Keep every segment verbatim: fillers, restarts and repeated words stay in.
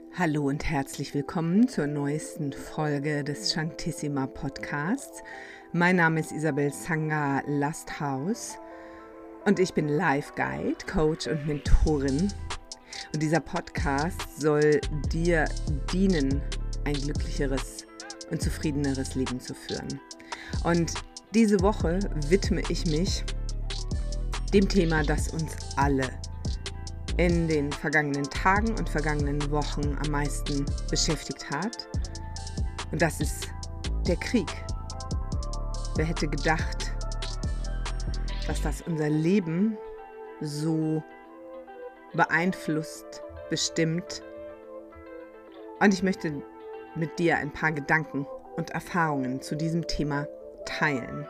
Hallo und herzlich willkommen zur neuesten Folge des Shantissima Podcasts. Mein Name ist Isabel Sanga Lasthaus und ich bin Life Guide, Coach und Mentorin. Und dieser Podcast soll dir dienen, ein glücklicheres und zufriedeneres Leben zu führen. Und diese Woche widme ich mich dem Thema, das uns alle in den vergangenen Tagen und vergangenen Wochen am meisten beschäftigt hat. Und das ist der Krieg. Wer hätte gedacht, dass das unser Leben so beeinflusst, bestimmt? Und ich möchte mit dir ein paar Gedanken und Erfahrungen zu diesem Thema teilen.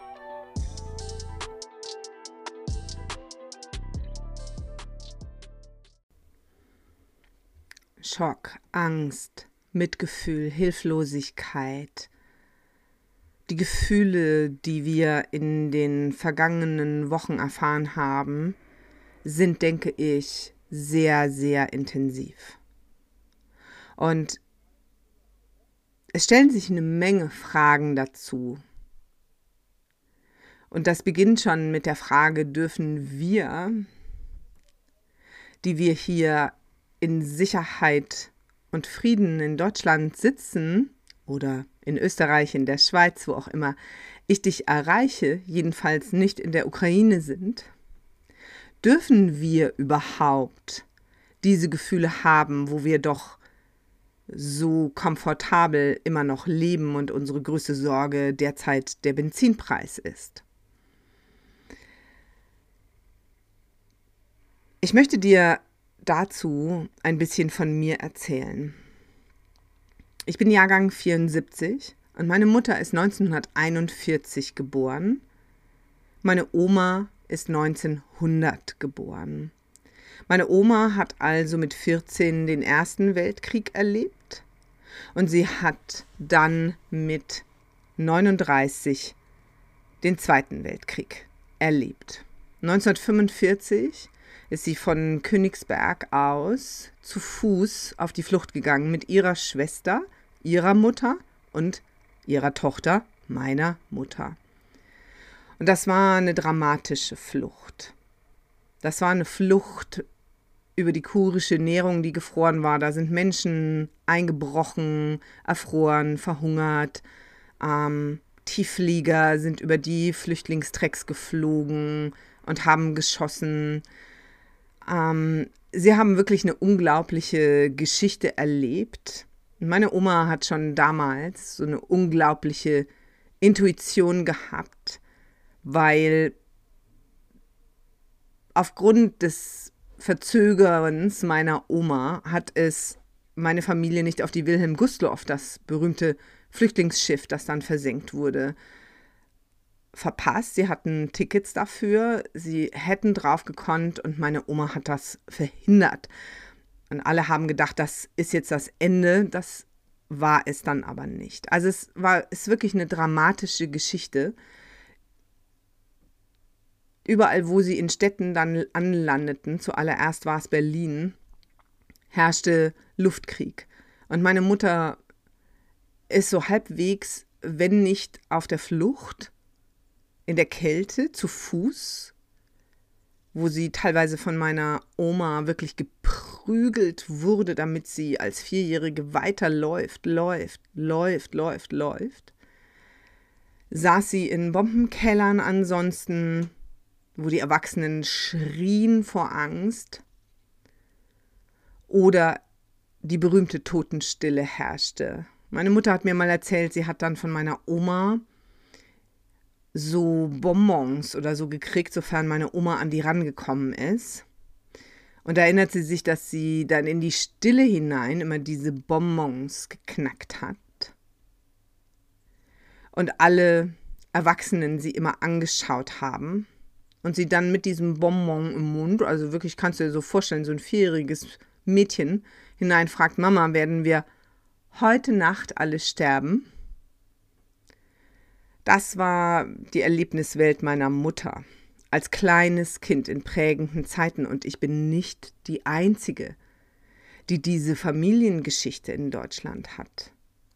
Schock, Angst, Mitgefühl, Hilflosigkeit. Die Gefühle, die wir in den vergangenen Wochen erfahren haben, sind, denke ich, sehr, sehr intensiv. Und es stellen sich eine Menge Fragen dazu. Und das beginnt schon mit der Frage, dürfen wir, die wir hier in Sicherheit und Frieden in Deutschland sitzen oder in Österreich, in der Schweiz, wo auch immer ich dich erreiche, jedenfalls nicht in der Ukraine sind, dürfen wir überhaupt diese Gefühle haben, wo wir doch so komfortabel immer noch leben und unsere größte Sorge derzeit der Benzinpreis ist? Ich möchte dir dazu ein bisschen von mir erzählen. Ich bin Jahrgang vierundsiebzig und meine Mutter ist neunzehnhunderteinundvierzig geboren. Meine Oma ist neunzehnhundert geboren. Meine Oma hat also mit vierzehn den Ersten Weltkrieg erlebt und sie hat dann mit neununddreißig den Zweiten Weltkrieg erlebt. neunzehnhundertfünfundvierzig ist sie von Königsberg aus zu Fuß auf die Flucht gegangen mit ihrer Schwester, ihrer Mutter und ihrer Tochter, meiner Mutter. Und das war eine dramatische Flucht. Das war eine Flucht über die kurische Nährung, die gefroren war. Da sind Menschen eingebrochen, erfroren, verhungert. Ähm, Tiefflieger sind über die Flüchtlingstrecks geflogen und haben geschossen. Ähm, sie haben wirklich eine unglaubliche Geschichte erlebt. Meine Oma hat schon damals so eine unglaubliche Intuition gehabt, weil aufgrund des Verzögerns meiner Oma hat es meine Familie nicht auf die Wilhelm Gustloff, das berühmte Flüchtlingsschiff, das dann versenkt wurde, verpasst. Sie hatten Tickets dafür, sie hätten drauf gekonnt und meine Oma hat das verhindert. Und alle haben gedacht, das ist jetzt das Ende, das war es dann aber nicht. Also es war ist wirklich eine dramatische Geschichte. Überall, wo sie in Städten dann anlandeten, zuallererst war es Berlin, herrschte Luftkrieg. Und meine Mutter ist so halbwegs, wenn nicht auf der Flucht, in der Kälte, zu Fuß, wo sie teilweise von meiner Oma wirklich geprügelt wurde, damit sie als Vierjährige weiterläuft, läuft, läuft, läuft, läuft. Saß sie in Bombenkellern ansonsten, wo die Erwachsenen schrien vor Angst oder die berühmte Totenstille herrschte. Meine Mutter hat mir mal erzählt, sie hat dann von meiner Oma so Bonbons oder so gekriegt, sofern meine Oma an die rangekommen ist. Und da erinnert sie sich, dass sie dann in die Stille hinein immer diese Bonbons geknackt hat. Und alle Erwachsenen sie immer angeschaut haben. Und sie dann mit diesem Bonbon im Mund, also wirklich kannst du dir so vorstellen, so ein vierjähriges Mädchen hineinfragt, Mama, werden wir heute Nacht alle sterben? Das war die Erlebniswelt meiner Mutter als kleines Kind in prägenden Zeiten und ich bin nicht die Einzige, die diese Familiengeschichte in Deutschland hat.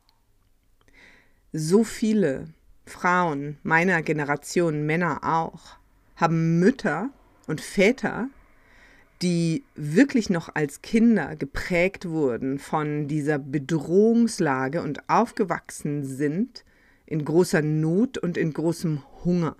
So viele Frauen meiner Generation, Männer auch, haben Mütter und Väter, die wirklich noch als Kinder geprägt wurden von dieser Bedrohungslage und aufgewachsen sind in großer Not und in großem Hunger.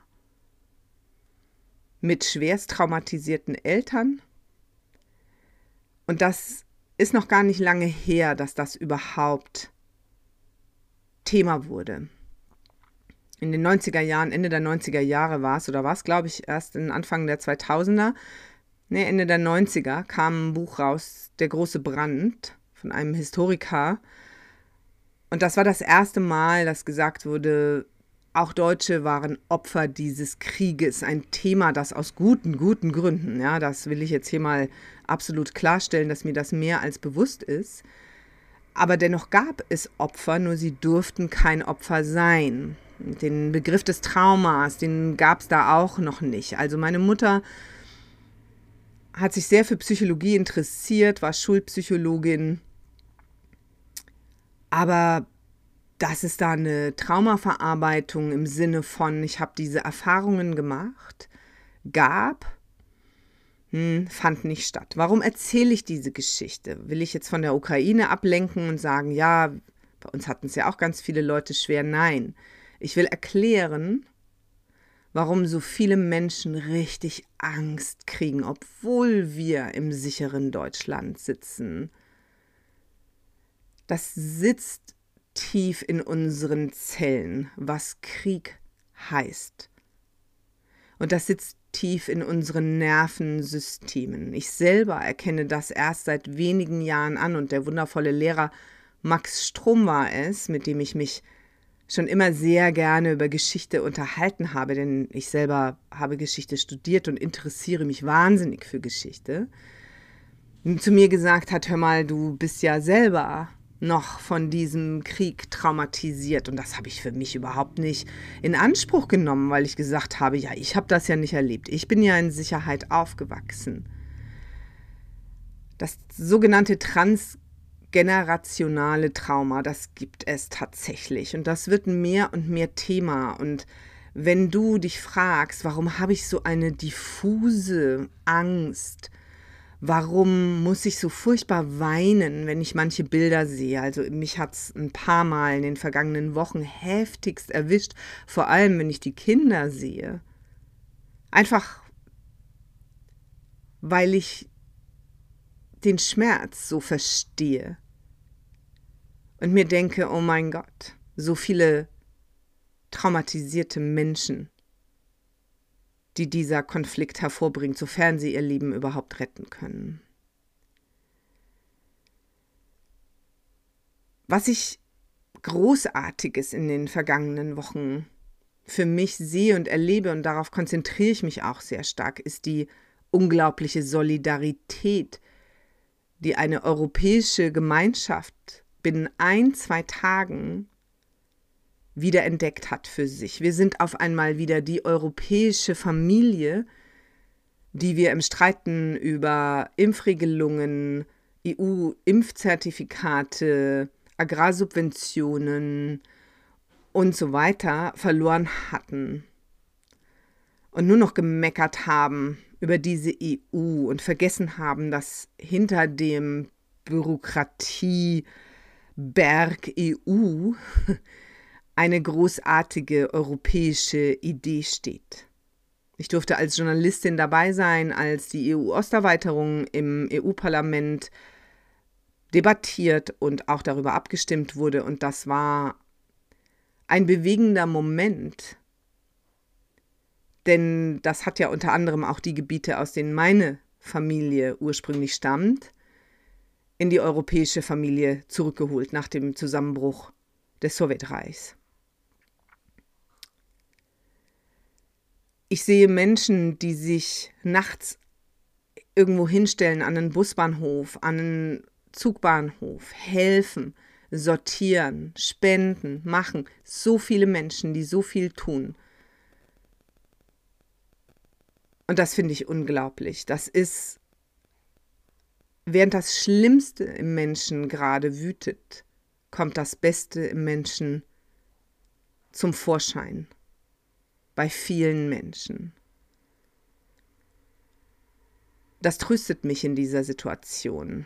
Mit schwerst traumatisierten Eltern. Und das ist noch gar nicht lange her, dass das überhaupt Thema wurde. In den neunziger Jahren, Ende der neunziger Jahre war es, oder war es, glaube ich, erst in Anfang der zweitausender, ne, Ende der neunziger kam ein Buch raus, Der große Brand, von einem Historiker. Und das war das erste Mal, dass gesagt wurde, auch Deutsche waren Opfer dieses Krieges. Ein Thema, das aus guten, guten Gründen, ja, das will ich jetzt hier mal absolut klarstellen, dass mir das mehr als bewusst ist. Aber dennoch gab es Opfer, nur sie durften kein Opfer sein. Den Begriff des Traumas, den gab es da auch noch nicht. Also meine Mutter hat sich sehr für Psychologie interessiert, war Schulpsychologin. Aber dass es da eine Traumaverarbeitung im Sinne von, ich habe diese Erfahrungen gemacht, gab, hm, fand nicht statt. Warum erzähle ich diese Geschichte? Will ich jetzt von der Ukraine ablenken und sagen, ja, bei uns hatten es ja auch ganz viele Leute schwer? Nein. Ich will erklären, warum so viele Menschen richtig Angst kriegen, obwohl wir im sicheren Deutschland sitzen. Das sitzt tief in unseren Zellen, was Krieg heißt. Und das sitzt tief in unseren Nervensystemen. Ich selber erkenne das erst seit wenigen Jahren an und der wundervolle Lehrer Max Strom war es, mit dem ich mich schon immer sehr gerne über Geschichte unterhalten habe, denn ich selber habe Geschichte studiert und interessiere mich wahnsinnig für Geschichte. Und zu mir gesagt hat, hör mal, du bist ja selber noch von diesem Krieg traumatisiert. Und das habe ich für mich überhaupt nicht in Anspruch genommen, weil ich gesagt habe, ja, ich habe das ja nicht erlebt. Ich bin ja in Sicherheit aufgewachsen. Das sogenannte transgenerationale Trauma, das gibt es tatsächlich. Und das wird mehr und mehr Thema. Und wenn du dich fragst, warum habe ich so eine diffuse Angst, warum muss ich so furchtbar weinen, wenn ich manche Bilder sehe? Also mich hat es ein paar Mal in den vergangenen Wochen heftigst erwischt, vor allem wenn ich die Kinder sehe. Einfach, weil ich den Schmerz so verstehe und mir denke, oh mein Gott, so viele traumatisierte Menschen, die dieser Konflikt hervorbringt, sofern sie ihr Leben überhaupt retten können. Was ich Großartiges in den vergangenen Wochen für mich sehe und erlebe, und darauf konzentriere ich mich auch sehr stark, ist die unglaubliche Solidarität, die eine europäische Gemeinschaft binnen ein, zwei Tagen wiederentdeckt hat für sich. Wir sind auf einmal wieder die europäische Familie, die wir im Streiten über Impfregelungen, E U-Impfzertifikate, Agrarsubventionen und so weiter verloren hatten und nur noch gemeckert haben über diese E U und vergessen haben, dass hinter dem Bürokratieberg E U eine großartige europäische Idee steht. Ich durfte als Journalistin dabei sein, als die E U-Osterweiterung im E U-Parlament debattiert und auch darüber abgestimmt wurde. Und das war ein bewegender Moment, denn das hat ja unter anderem auch die Gebiete, aus denen meine Familie ursprünglich stammt, in die europäische Familie zurückgeholt nach dem Zusammenbruch des Sowjetreichs. Ich sehe Menschen, die sich nachts irgendwo hinstellen an einen Busbahnhof, an einen Zugbahnhof, helfen, sortieren, spenden, machen. So viele Menschen, die so viel tun. Und das finde ich unglaublich. Das ist während das Schlimmste im Menschen gerade wütet, kommt das Beste im Menschen zum Vorschein. Bei vielen Menschen. Das tröstet mich in dieser Situation.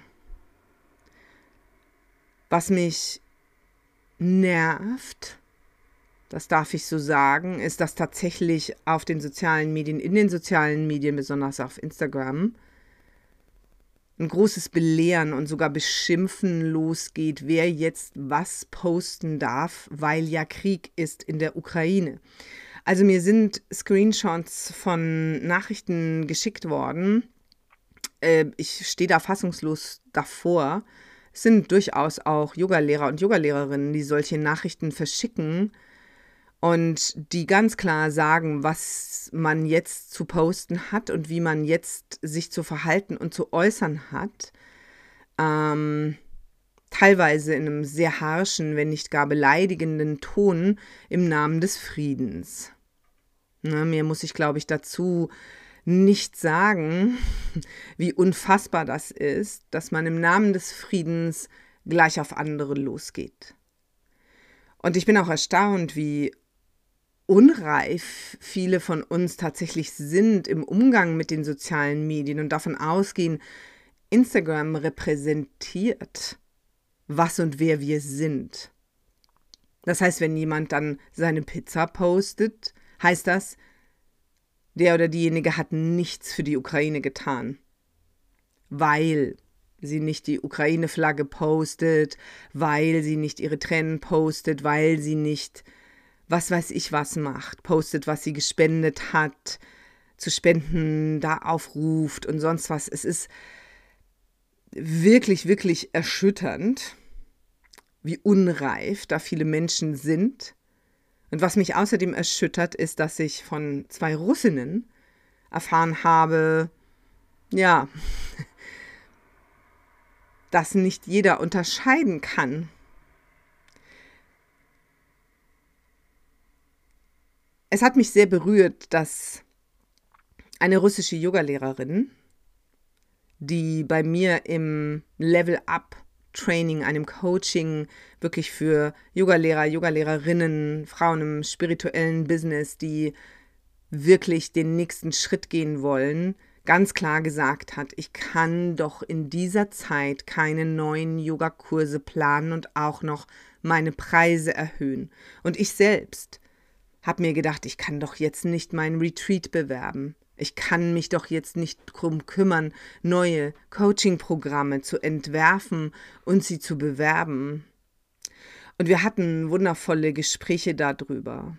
Was mich nervt, das darf ich so sagen, ist, dass tatsächlich auf den sozialen Medien, in den sozialen Medien, besonders auf Instagram, ein großes Belehren und sogar Beschimpfen losgeht, wer jetzt was posten darf, weil ja Krieg ist in der Ukraine. Also mir sind Screenshots von Nachrichten geschickt worden. Äh, ich stehe da fassungslos davor. Es sind durchaus auch Yogalehrer und Yogalehrerinnen, die solche Nachrichten verschicken und die ganz klar sagen, was man jetzt zu posten hat und wie man jetzt sich zu verhalten und zu äußern hat. Ähm, teilweise in einem sehr harschen, wenn nicht gar beleidigenden Ton im Namen des Friedens. Na, mehr muss ich, glaube ich, dazu nicht sagen, wie unfassbar das ist, dass man im Namen des Friedens gleich auf andere losgeht. Und ich bin auch erstaunt, wie unreif viele von uns tatsächlich sind im Umgang mit den sozialen Medien und davon ausgehen, Instagram repräsentiert, was und wer wir sind. Das heißt, wenn jemand dann seine Pizza postet, heißt das, der oder diejenige hat nichts für die Ukraine getan, weil sie nicht die Ukraine-Flagge postet, weil sie nicht ihre Tränen postet, weil sie nicht was weiß ich was macht, postet, was sie gespendet hat, zu Spenden da aufruft und sonst was. Es ist wirklich, wirklich erschütternd, wie unreif da viele Menschen sind. Und was mich außerdem erschüttert, ist, dass ich von zwei Russinnen erfahren habe, ja, dass nicht jeder unterscheiden kann. Es hat mich sehr berührt, dass eine russische Yogalehrerin, die bei mir im Level-Up-Training, einem Coaching wirklich für Yogalehrer, Yogalehrerinnen, Frauen im spirituellen Business, die wirklich den nächsten Schritt gehen wollen, ganz klar gesagt hat, ich kann doch in dieser Zeit keine neuen Yogakurse planen und auch noch meine Preise erhöhen. Und ich selbst habe mir gedacht, ich kann doch jetzt nicht meinen Retreat bewerben. Ich kann mich doch jetzt nicht darum kümmern, neue Coaching-Programme zu entwerfen und sie zu bewerben. Und wir hatten wundervolle Gespräche darüber.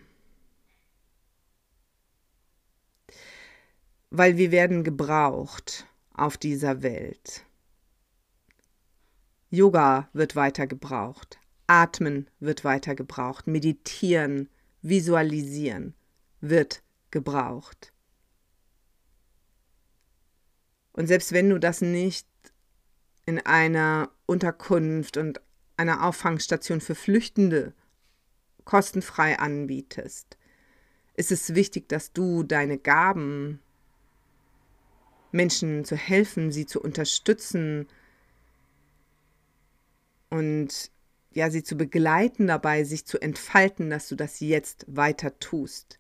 Weil wir werden gebraucht auf dieser Welt. Yoga wird weiter gebraucht. Atmen wird weiter gebraucht. Meditieren, visualisieren wird gebraucht. Und selbst wenn du das nicht in einer Unterkunft und einer Auffangstation für Flüchtende kostenfrei anbietest, ist es wichtig, dass du deine Gaben, Menschen zu helfen, sie zu unterstützen und ja, sie zu begleiten dabei, sich zu entfalten, dass du das jetzt weiter tust.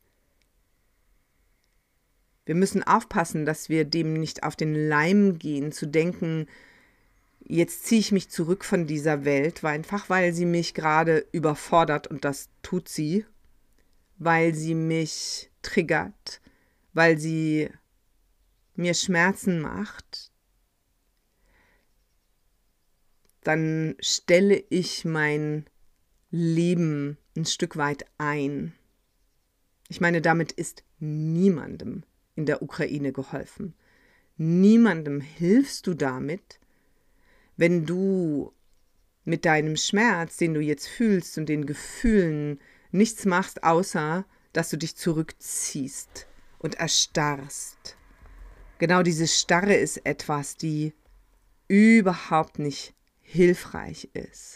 Wir müssen aufpassen, dass wir dem nicht auf den Leim gehen, zu denken, jetzt ziehe ich mich zurück von dieser Welt, weil einfach weil sie mich gerade überfordert, und das tut sie, weil sie mich triggert, weil sie mir Schmerzen macht, dann stelle ich mein Leben ein Stück weit ein. Ich meine, damit ist niemandem in der Ukraine geholfen. Niemandem hilfst du damit, wenn du mit deinem Schmerz, den du jetzt fühlst und den Gefühlen nichts machst, außer dass du dich zurückziehst und erstarrst. Genau diese Starre ist etwas, die überhaupt nicht hilfreich ist.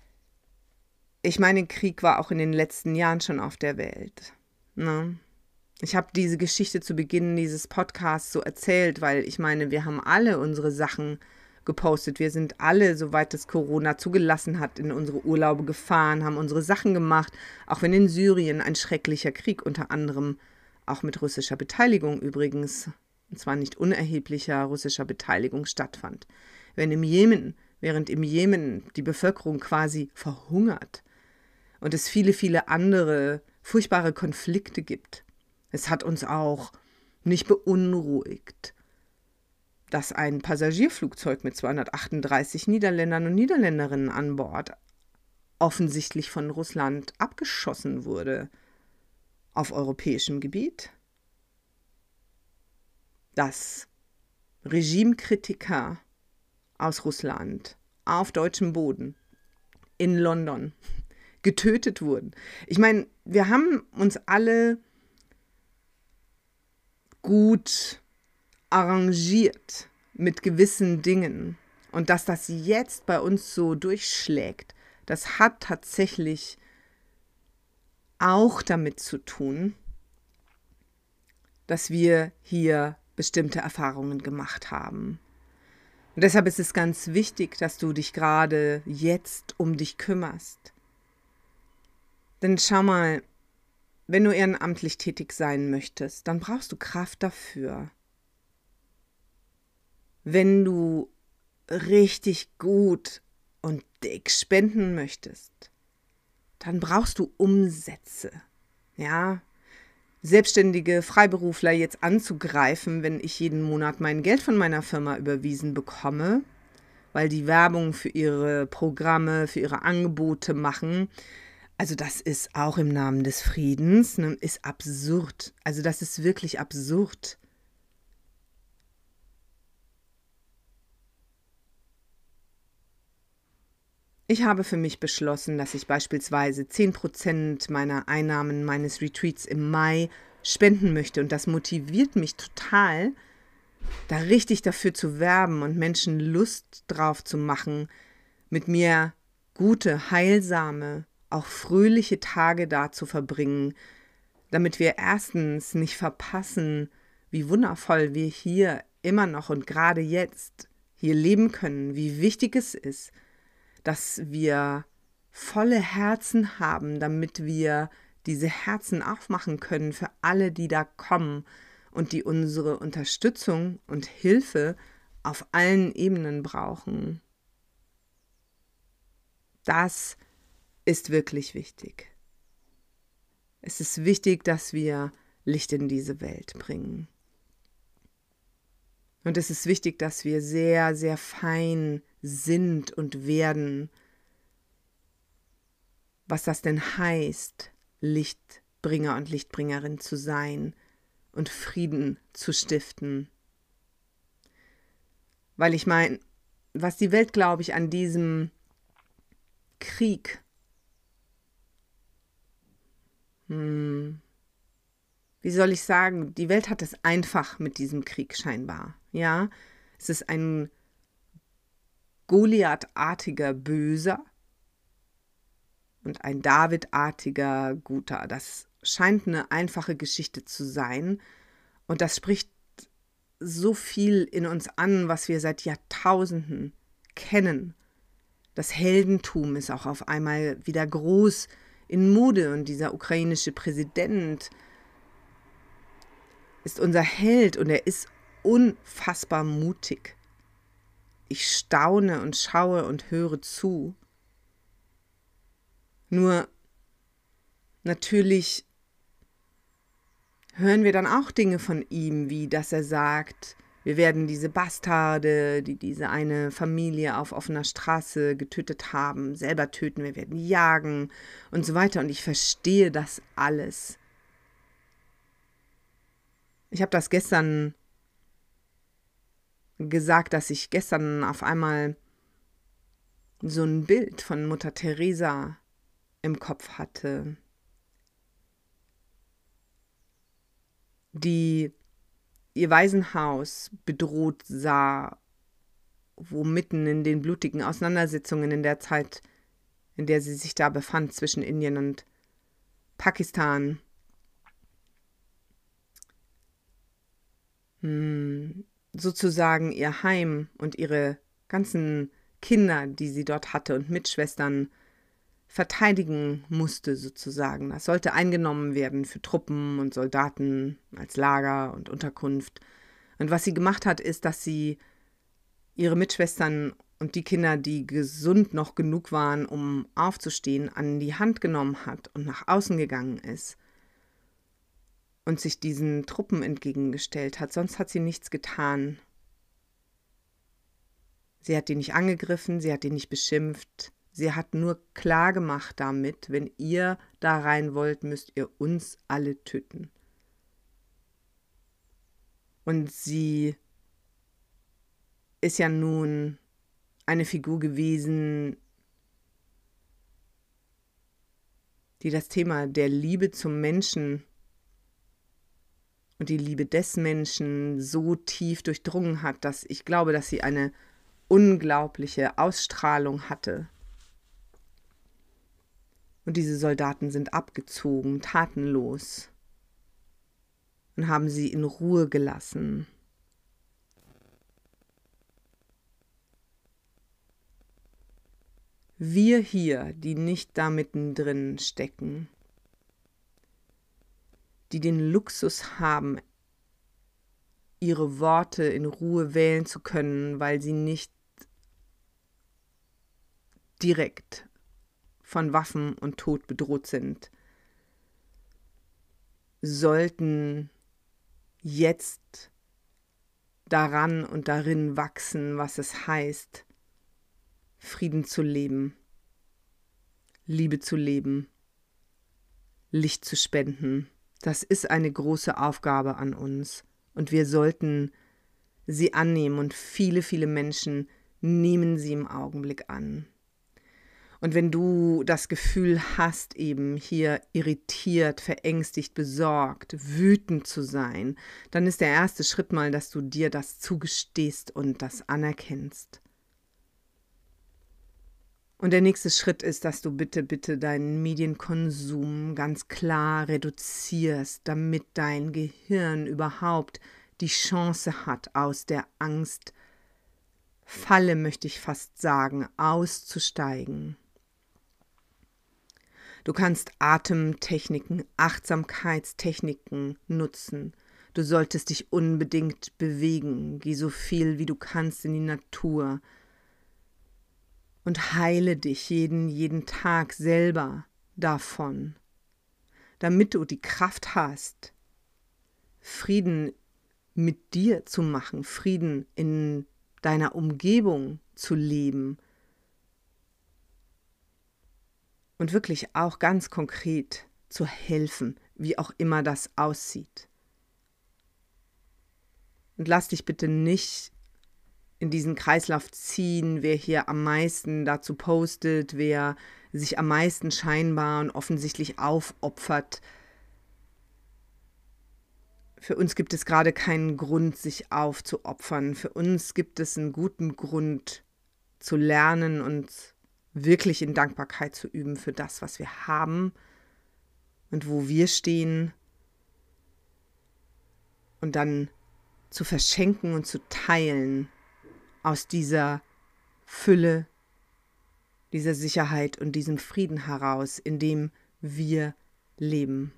Ich meine, Krieg war auch in den letzten Jahren schon auf der Welt. Ne? Ich habe diese Geschichte zu Beginn dieses Podcasts so erzählt, weil ich meine, wir haben alle unsere Sachen gepostet. Wir sind alle, soweit es Corona zugelassen hat, in unsere Urlaube gefahren, haben unsere Sachen gemacht, auch wenn in Syrien ein schrecklicher Krieg, unter anderem auch mit russischer Beteiligung übrigens, und zwar nicht unerheblicher russischer Beteiligung stattfand. Wenn im Jemen, während im Jemen die Bevölkerung quasi verhungert und es viele, viele andere furchtbare Konflikte gibt. Es hat uns auch nicht beunruhigt, dass ein Passagierflugzeug mit zweihundertachtunddreißig Niederländern und Niederländerinnen an Bord offensichtlich von Russland abgeschossen wurde auf europäischem Gebiet. Dass Regimekritiker aus Russland auf deutschem Boden in London getötet wurden. Ich meine, wir haben uns alle gut arrangiert mit gewissen Dingen. Und dass das jetzt bei uns so durchschlägt, das hat tatsächlich auch damit zu tun, dass wir hier bestimmte Erfahrungen gemacht haben. Und deshalb ist es ganz wichtig, dass du dich gerade jetzt um dich kümmerst. Denn schau mal, wenn du ehrenamtlich tätig sein möchtest, dann brauchst du Kraft dafür. Wenn du richtig gut und dick spenden möchtest, dann brauchst du Umsätze. Ja, selbstständige Freiberufler jetzt anzugreifen, wenn ich jeden Monat mein Geld von meiner Firma überwiesen bekomme, weil die Werbung für ihre Programme, für ihre Angebote machen. Also das ist auch im Namen des Friedens, ne, ist absurd. Also das ist wirklich absurd. Ich habe für mich beschlossen, dass ich beispielsweise zehn Prozent meiner Einnahmen meines Retreats im Mai spenden möchte. Und das motiviert mich total, da richtig dafür zu werben und Menschen Lust drauf zu machen, mit mir gute, heilsame, auch fröhliche Tage da zu verbringen, damit wir erstens nicht verpassen, wie wundervoll wir hier immer noch und gerade jetzt hier leben können, wie wichtig es ist, dass wir volle Herzen haben, damit wir diese Herzen aufmachen können für alle, die da kommen und die unsere Unterstützung und Hilfe auf allen Ebenen brauchen. Das ist wirklich wichtig. Es ist wichtig, dass wir Licht in diese Welt bringen. Und es ist wichtig, dass wir sehr, sehr fein sind und werden, was das denn heißt, Lichtbringer und Lichtbringerin zu sein und Frieden zu stiften. Weil ich meine, was die Welt, glaube ich, an diesem Krieg, hm, wie soll ich sagen, die Welt hat es einfach mit diesem Krieg scheinbar. Ja, es ist ein Goliathartiger Böser und ein Davidartiger Guter. Das scheint eine einfache Geschichte zu sein und das spricht so viel in uns an, was wir seit Jahrtausenden kennen. Das Heldentum ist auch auf einmal wieder groß in Mode und dieser ukrainische Präsident ist unser Held und er ist unfassbar mutig. Ich staune und schaue und höre zu. Nur natürlich hören wir dann auch Dinge von ihm, wie dass er sagt, wir werden diese Bastarde, die diese eine Familie auf offener Straße getötet haben, selber töten, wir werden jagen und so weiter. Und ich verstehe das alles. Ich habe das gestern gesagt, dass ich gestern auf einmal so ein Bild von Mutter Teresa im Kopf hatte, die ihr Waisenhaus bedroht sah, wo mitten in den blutigen Auseinandersetzungen in der Zeit, in der sie sich da befand zwischen Indien und Pakistan, sozusagen ihr Heim und ihre ganzen Kinder, die sie dort hatte und Mitschwestern, verteidigen musste sozusagen. Das sollte eingenommen werden für Truppen und Soldaten als Lager und Unterkunft. Und was sie gemacht hat, ist, dass sie ihre Mitschwestern und die Kinder, die gesund noch genug waren, um aufzustehen, an die Hand genommen hat und nach außen gegangen ist und sich diesen Truppen entgegengestellt hat. Sonst hat sie nichts getan. Sie hat die nicht angegriffen, sie hat die nicht beschimpft. Sie hat nur klar gemacht damit, wenn ihr da rein wollt, müsst ihr uns alle töten. Und sie ist ja nun eine Figur gewesen, die das Thema der Liebe zum Menschen und die Liebe des Menschen so tief durchdrungen hat, dass ich glaube, dass sie eine unglaubliche Ausstrahlung hatte. Und diese Soldaten sind abgezogen, tatenlos, und haben sie in Ruhe gelassen. Wir hier, die nicht da mittendrin stecken, die den Luxus haben, ihre Worte in Ruhe wählen zu können, weil sie nicht direkt von Waffen und Tod bedroht sind, sollten jetzt daran und darin wachsen, was es heißt, Frieden zu leben, Liebe zu leben, Licht zu spenden. Das ist eine große Aufgabe an uns und wir sollten sie annehmen und viele, viele Menschen nehmen sie im Augenblick an. Und wenn du das Gefühl hast, eben hier irritiert, verängstigt, besorgt, wütend zu sein, dann ist der erste Schritt mal, dass du dir das zugestehst und das anerkennst. Und der nächste Schritt ist, dass du bitte, bitte deinen Medienkonsum ganz klar reduzierst, damit dein Gehirn überhaupt die Chance hat, aus der Angstfalle, möchte ich fast sagen, auszusteigen. Du kannst Atemtechniken, Achtsamkeitstechniken nutzen. Du solltest dich unbedingt bewegen. Geh so viel wie du kannst in die Natur. Und heile dich jeden, jeden Tag selber davon, damit du die Kraft hast, Frieden mit dir zu machen, Frieden in deiner Umgebung zu leben und wirklich auch ganz konkret zu helfen, wie auch immer das aussieht. Und lass dich bitte nicht in diesen Kreislauf ziehen, wer hier am meisten dazu postet, wer sich am meisten scheinbar und offensichtlich aufopfert. Für uns gibt es gerade keinen Grund, sich aufzuopfern. Für uns gibt es einen guten Grund zu lernen und wirklich in Dankbarkeit zu üben für das, was wir haben und wo wir stehen und dann zu verschenken und zu teilen aus dieser Fülle, dieser Sicherheit und diesem Frieden heraus, in dem wir leben.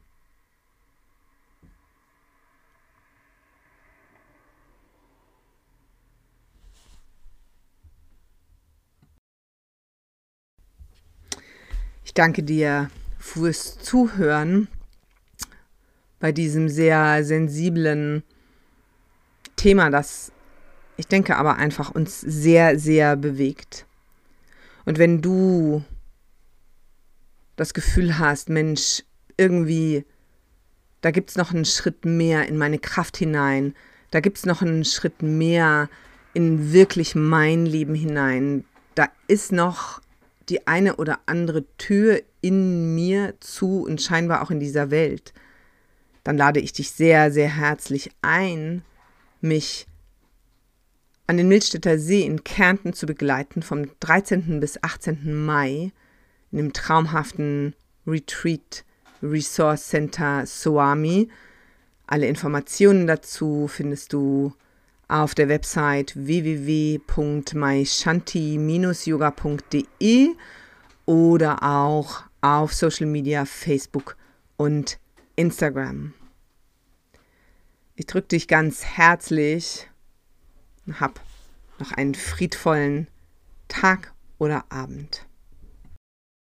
Ich danke dir fürs Zuhören bei diesem sehr sensiblen Thema, das ich denke aber einfach uns sehr, sehr bewegt. Und wenn du das Gefühl hast, Mensch, irgendwie, da gibt es noch einen Schritt mehr in meine Kraft hinein, da gibt es noch einen Schritt mehr in wirklich mein Leben hinein, da ist noch die eine oder andere Tür in mir zu und scheinbar auch in dieser Welt, dann lade ich dich sehr, sehr herzlich ein, mich an den Milstädter See in Kärnten zu begleiten vom dreizehnten bis achtzehnten Mai in dem traumhaften Retreat Resource Center Suomi Alle Informationen dazu findest du auf der Website w w w punkt maishanti Bindestrich yoga punkt de oder auch auf Social Media, Facebook und Instagram. Ich drücke dich ganz herzlich und hab noch einen friedvollen Tag oder Abend.